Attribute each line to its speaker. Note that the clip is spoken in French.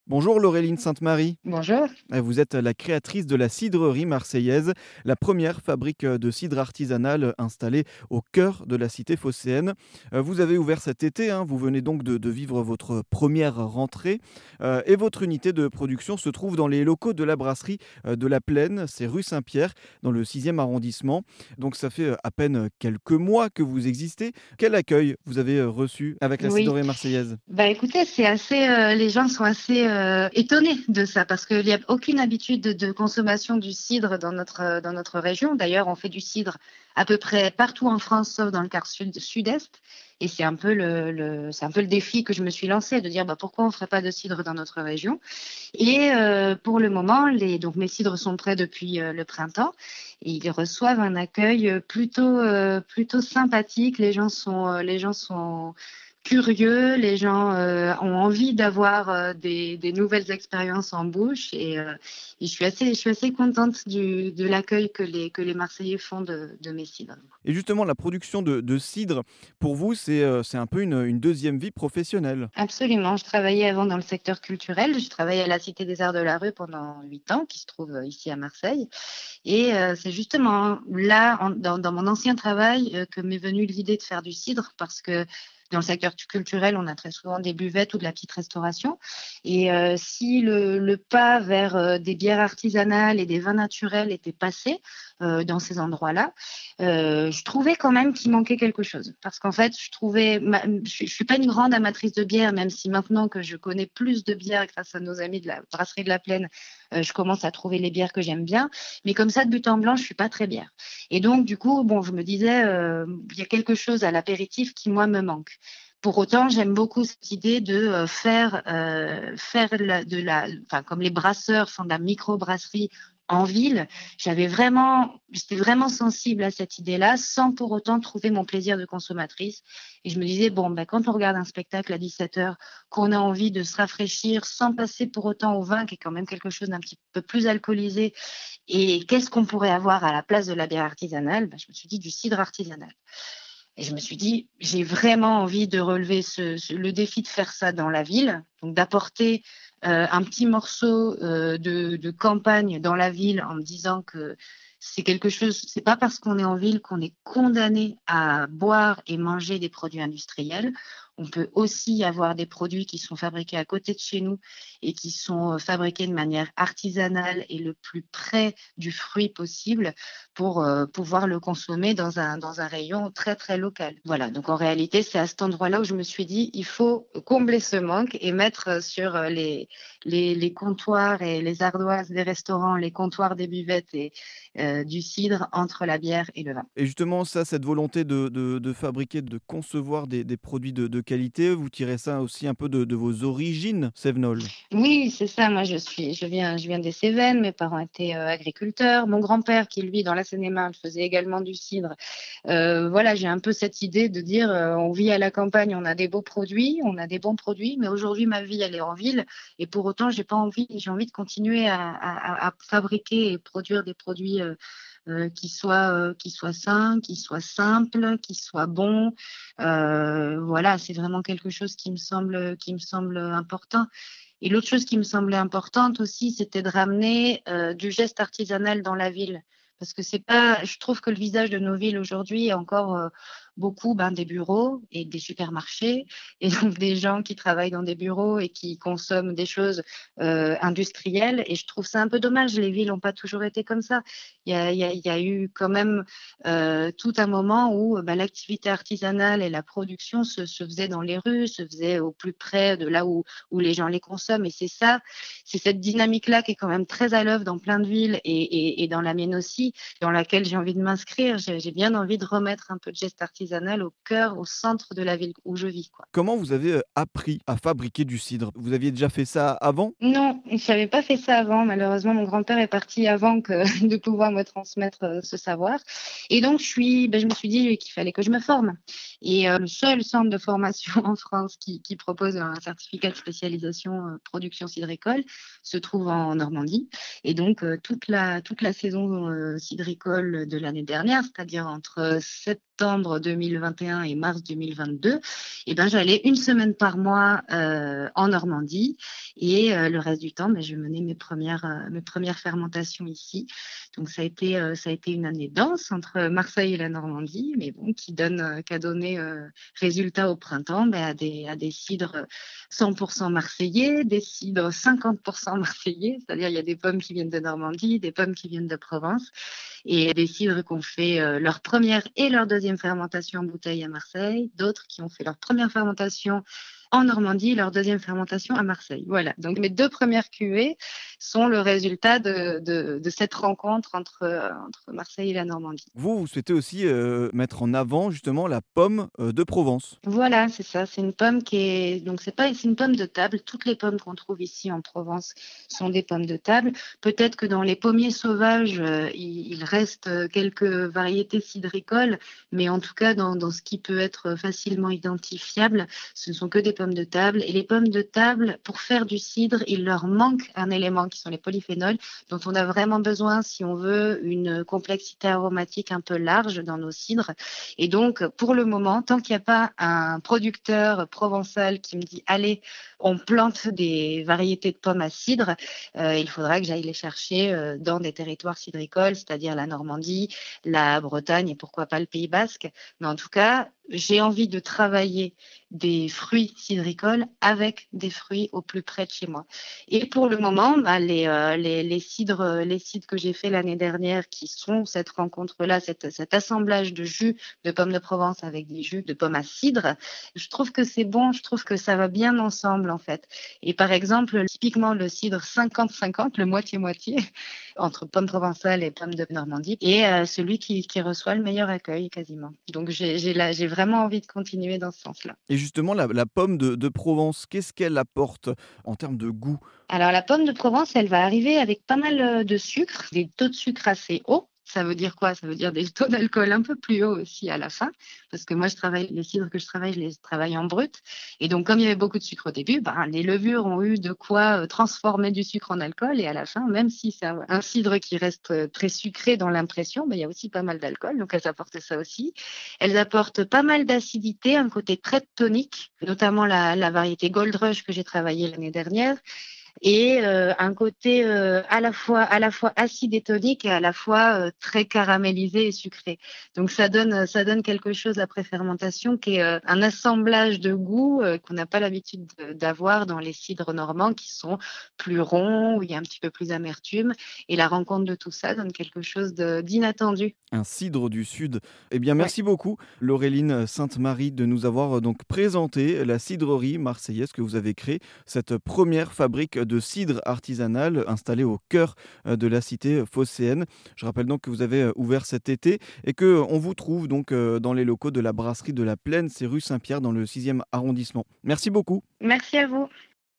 Speaker 1: Bonjour Laureline Sainte-Marie.
Speaker 2: Bonjour.
Speaker 1: Vous êtes la créatrice de la cidrerie marseillaise, la première fabrique de cidre artisanale installée au cœur de la cité phocéenne. Vous avez ouvert cet été, hein, vous venez donc de vivre votre première rentrée et votre unité de production se trouve dans les locaux de la brasserie de la Plaine, c'est rue Saint-Pierre, dans le 6e arrondissement. Donc ça fait à peine quelques mois que vous existez. Quel accueil vous avez reçu avec la
Speaker 2: Oui.
Speaker 1: cidrerie marseillaise?
Speaker 2: Bah écoutez, c'est assez, les gens sont assez étonnés de ça parce qu'il n'y a aucune habitude de consommation du cidre dans notre région. D'ailleurs, on fait du cidre à peu près partout en France, sauf dans le quart sud-est. Et c'est un peu c'est un peu le défi que je me suis lancé de dire bah, pourquoi on ne ferait pas de cidre dans notre région. Et pour le moment, donc mes cidres sont prêts depuis le printemps et ils reçoivent un accueil plutôt sympathique. Les gens sont curieux, les gens ont envie d'avoir des nouvelles expériences en bouche et je suis assez contente de l'accueil que les Marseillais font de mes cidres.
Speaker 1: Et justement, la production de cidre, pour vous, c'est un peu une deuxième vie professionnelle.
Speaker 2: Absolument. Je travaillais avant dans le secteur culturel. Je travaillais à la Cité des Arts de la Rue pendant 8 ans, qui se trouve ici à Marseille. Et c'est justement là, dans mon ancien travail, que m'est venue l'idée de faire du cidre, parce que dans le secteur culturel, on a très souvent des buvettes ou de la petite restauration. Et si le pas vers des bières artisanales et des vins naturels était passé dans ces endroits-là, je trouvais quand même qu'il manquait quelque chose. Parce qu'en fait, je suis pas une grande amatrice de bière, même si maintenant que je connais plus de bières grâce à nos amis de la brasserie de la Plaine, je commence à trouver les bières que j'aime bien. Mais comme ça, de but en blanc, je suis pas très bière. Et donc, du coup, bon, je me disais, il y a quelque chose à l'apéritif qui, moi, me manque. Pour autant, j'aime beaucoup cette idée de faire enfin, comme les brasseurs font de la microbrasserie en ville. J'étais vraiment sensible à cette idée-là, sans pour autant trouver mon plaisir de consommatrice. Et je me disais, bon, ben, quand on regarde un spectacle à 17 heures, qu'on a envie de se rafraîchir sans passer pour autant au vin, qui est quand même quelque chose d'un petit peu plus alcoolisé, et qu'est-ce qu'on pourrait avoir à la place de la bière artisanale? Ben, je me suis dit du cidre artisanal. Et je me suis dit, j'ai vraiment envie de relever le défi de faire ça dans la ville, donc d'apporter un petit morceau de campagne dans la ville en me disant que c'est quelque chose, c'est pas parce qu'on est en ville qu'on est condamné à boire et manger des produits industriels. On peut aussi avoir des produits qui sont fabriqués à côté de chez nous et qui sont fabriqués de manière artisanale et le plus près du fruit possible pour pouvoir le consommer dans un rayon très, très local. Voilà, donc en réalité, c'est à cet endroit-là où je me suis dit, il faut combler ce manque et mettre sur les comptoirs et les ardoises des restaurants, les comptoirs des buvettes et du cidre entre la bière et le vin.
Speaker 1: Et justement, ça, cette volonté de fabriquer, de concevoir des produits de qualité, vous tirez ça aussi un peu de vos origines cévenoles?
Speaker 2: Oui, c'est ça. Moi, je viens des Cévennes. Mes parents étaient agriculteurs. Mon grand-père, qui lui, dans la Seine-et-Marne, faisait également du cidre. Voilà, j'ai un peu cette idée de dire, on vit à la campagne, on a des beaux produits, on a des bons produits, mais aujourd'hui, ma vie, elle est en ville. Et pour autant, j'ai envie de continuer à fabriquer et produire des produits qui soient sains, qui soient simples, qui soient bons. Voilà, c'est vraiment quelque chose qui me semble important. Et l'autre chose qui me semblait importante aussi, c'était de ramener du geste artisanal dans la ville. Parce que c'est pas, je trouve que le visage de nos villes aujourd'hui est encore beaucoup des bureaux et des supermarchés, et donc des gens qui travaillent dans des bureaux et qui consomment des choses industrielles. Et je trouve ça un peu dommage. Les villes n'ont pas toujours été comme ça. Il y a eu quand même tout un moment où l'activité artisanale et la production se faisait dans les rues, se faisait au plus près de là où les gens les consomment. Et c'est ça, c'est cette dynamique-là qui est quand même très à l'œuvre dans plein de villes et dans la mienne aussi, dans laquelle j'ai envie de m'inscrire. J'ai bien envie de remettre un peu de geste artisanal au cœur, au centre de la ville où je vis, quoi.
Speaker 1: Comment vous avez appris à fabriquer du cidre? Vous aviez déjà fait ça avant?
Speaker 2: Non, je n'avais pas fait ça avant. Malheureusement, mon grand-père est parti avant que de pouvoir me transmettre ce savoir. Et donc, je me suis dit qu'il fallait que je me forme. Et le seul centre de formation en France qui propose un certificat de spécialisation production cidricole se trouve en Normandie. Et donc, toute la saison cidricole de l'année dernière, c'est-à-dire entre septembre 2021 et mars 2022, et ben, j'allais une semaine par mois en Normandie et le reste du temps, ben, je menais mes premières fermentations ici. Donc ça a été une année dense entre Marseille et la Normandie, mais bon, qui a donné résultat au printemps, ben, à des cidres 100% marseillais, des cidres 50% marseillais, c'est-à-dire il y a des pommes qui viennent de Normandie, des pommes qui viennent de Provence, et des cidres qui ont fait leur première et leur deuxième fermentation en bouteille à Marseille, d'autres qui ont fait leur première fermentation en Normandie, leur deuxième fermentation à Marseille. Voilà. Donc mes deux premières cuvées sont le résultat de cette rencontre entre Marseille et la Normandie.
Speaker 1: Vous souhaitez aussi mettre en avant justement la pomme de Provence.
Speaker 2: Voilà, c'est ça. C'est une pomme qui est donc c'est une pomme de table. Toutes les pommes qu'on trouve ici en Provence sont des pommes de table. Peut-être que dans les pommiers sauvages, il reste quelques variétés cidricoles, mais en tout cas dans ce qui peut être facilement identifiable, ce ne sont que des pommes de table. Et les pommes de table, pour faire du cidre, il leur manque un élément qui sont les polyphénols, dont on a vraiment besoin si on veut une complexité aromatique un peu large dans nos cidres. Et donc, pour le moment, tant qu'il n'y a pas un producteur provençal qui me dit allez, on plante des variétés de pommes à cidre, il faudra que j'aille les chercher dans des territoires cidricoles, c'est-à-dire la Normandie, la Bretagne et pourquoi pas le Pays Basque. Mais en tout cas, j'ai envie de travailler des fruits cidricoles avec des fruits au plus près de chez moi. Et pour le moment, bah, les cidres que j'ai fait l'année dernière, qui sont cette rencontre-là, cet assemblage de jus de pommes de Provence avec des jus de pommes à cidre, je trouve que c'est bon, je trouve que ça va bien ensemble en fait. Et par exemple, typiquement le cidre 50-50, le moitié-moitié, entre pommes provençales et pommes de Normandie, et celui qui reçoit le meilleur accueil quasiment. Donc j'ai vraiment envie de continuer dans ce sens-là.
Speaker 1: Et justement, la pomme de Provence, qu'est-ce qu'elle apporte en termes de goût?
Speaker 2: Alors la pomme de Provence, elle va arriver avec pas mal de sucre, des taux de sucre assez hauts. Ça veut dire quoi? Ça veut dire des taux d'alcool un peu plus hauts aussi à la fin, parce que moi les cidres que je les travaille en brut. Et donc comme il y avait beaucoup de sucre au début, ben, les levures ont eu de quoi transformer du sucre en alcool. Et à la fin, même si c'est un cidre qui reste très sucré dans l'impression, ben, il y a aussi pas mal d'alcool, donc elles apportent ça aussi. Elles apportent pas mal d'acidité, un côté très tonique, notamment la variété Gold Rush que j'ai travaillée l'année dernière, et un côté à la fois acide et tonique et à la fois très caramélisé et sucré. Donc ça donne quelque chose après fermentation qui est un assemblage de goûts qu'on n'a pas l'habitude d'avoir dans les cidres normands qui sont plus ronds, où il y a un petit peu plus d'amertume, et la rencontre de tout ça donne quelque chose d'inattendu.
Speaker 1: Un cidre du Sud. Eh bien,
Speaker 2: Ouais.
Speaker 1: merci beaucoup, Laureline Sainte-Marie, de nous avoir donc présenté la cidrerie marseillaise que vous avez créée, cette première fabrique de cidre artisanal installée au cœur de la cité phocéenne. Je rappelle donc que vous avez ouvert cet été et que on vous trouve donc dans les locaux de la brasserie de la Plaine, c'est rue Saint-Pierre dans le 6e arrondissement. Merci beaucoup.
Speaker 2: Merci à vous.